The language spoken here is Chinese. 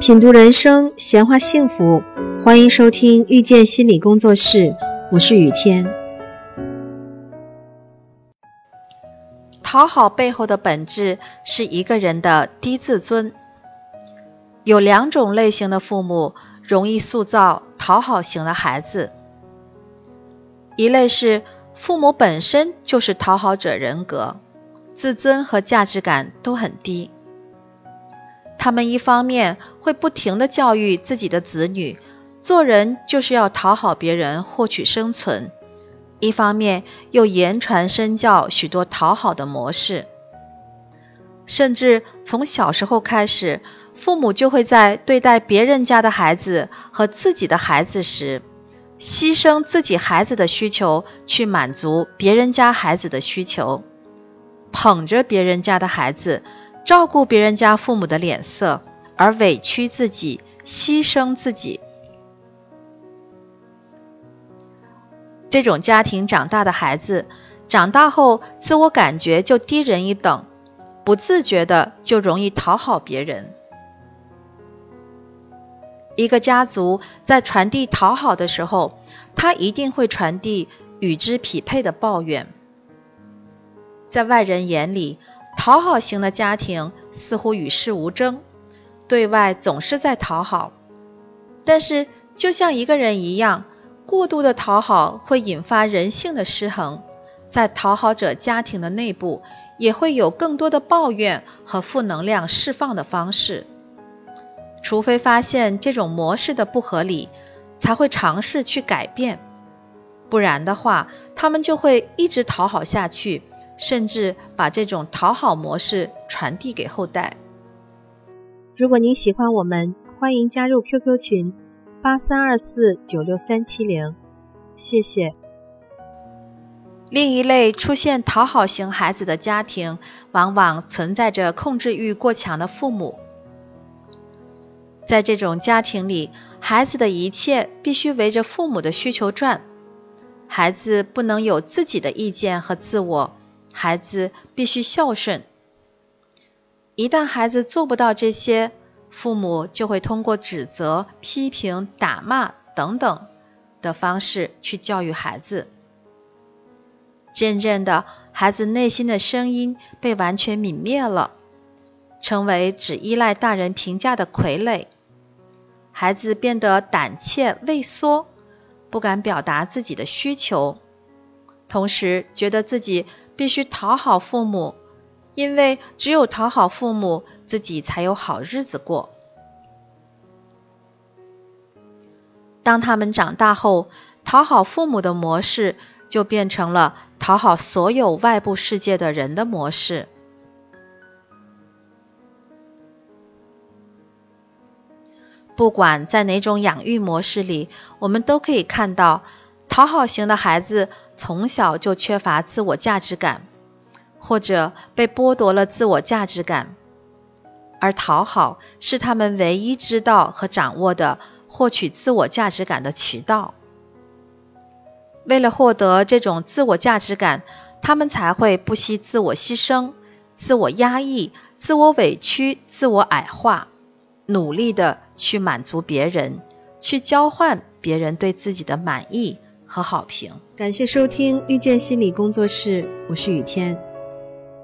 品读人生，闲话幸福，欢迎收听遇见心理工作室，我是雨天。 讨好背后的本质是一个人的低自尊。有两种类型的父母容易塑造讨好型的孩子。一类是父母本身就是讨好者人格，自尊和价值感都很低。他们一方面会不停地教育自己的子女，做人就是要讨好别人获取生存，一方面又言传身教许多讨好的模式。甚至从小时候开始，父母就会在对待别人家的孩子和自己的孩子时，牺牲自己孩子的需求去满足别人家孩子的需求，捧着别人家的孩子，照顾别人家父母的脸色，而委屈自己，牺牲自己。这种家庭长大的孩子，长大后自我感觉就低人一等，不自觉的就容易讨好别人。一个家族在传递讨好的时候，他一定会传递与之匹配的抱怨。在外人眼里，讨好型的家庭似乎与世无争，对外总是在讨好。但是就像一个人一样，过度的讨好会引发人性的失衡，在讨好者家庭的内部也会有更多的抱怨和负能量释放的方式。除非发现这种模式的不合理，才会尝试去改变，不然的话，他们就会一直讨好下去，甚至把这种讨好模式传递给后代。 如果您喜欢我们，欢迎加入 QQ 群8324963770，谢谢。 另一类出现讨好型孩子的家庭，往往存在着控制欲过强的父母。在这种家庭里，孩子的一切必须围着父母的需求转，孩子不能有自己的意见和自我，孩子必须孝顺。一旦孩子做不到这些，父母就会通过指责、批评、打骂等等的方式去教育孩子。渐渐的，孩子内心的声音被完全泯灭了，成为只依赖大人评价的傀儡。孩子变得胆怯畏缩，不敢表达自己的需求，同时觉得自己必须讨好父母，因为只有讨好父母，自己才有好日子过。当他们长大后，讨好父母的模式就变成了讨好所有外部世界的人的模式。不管在哪种养育模式里，我们都可以看到，讨好型的孩子从小就缺乏自我价值感，或者被剥夺了自我价值感，而讨好是他们唯一知道和掌握的获取自我价值感的渠道。为了获得这种自我价值感，他们才会不惜自我牺牲、自我压抑、自我委屈、自我矮化，努力的去满足别人，去交换别人对自己的满意和好评。 感谢收听遇见心理工作室，我是雨天。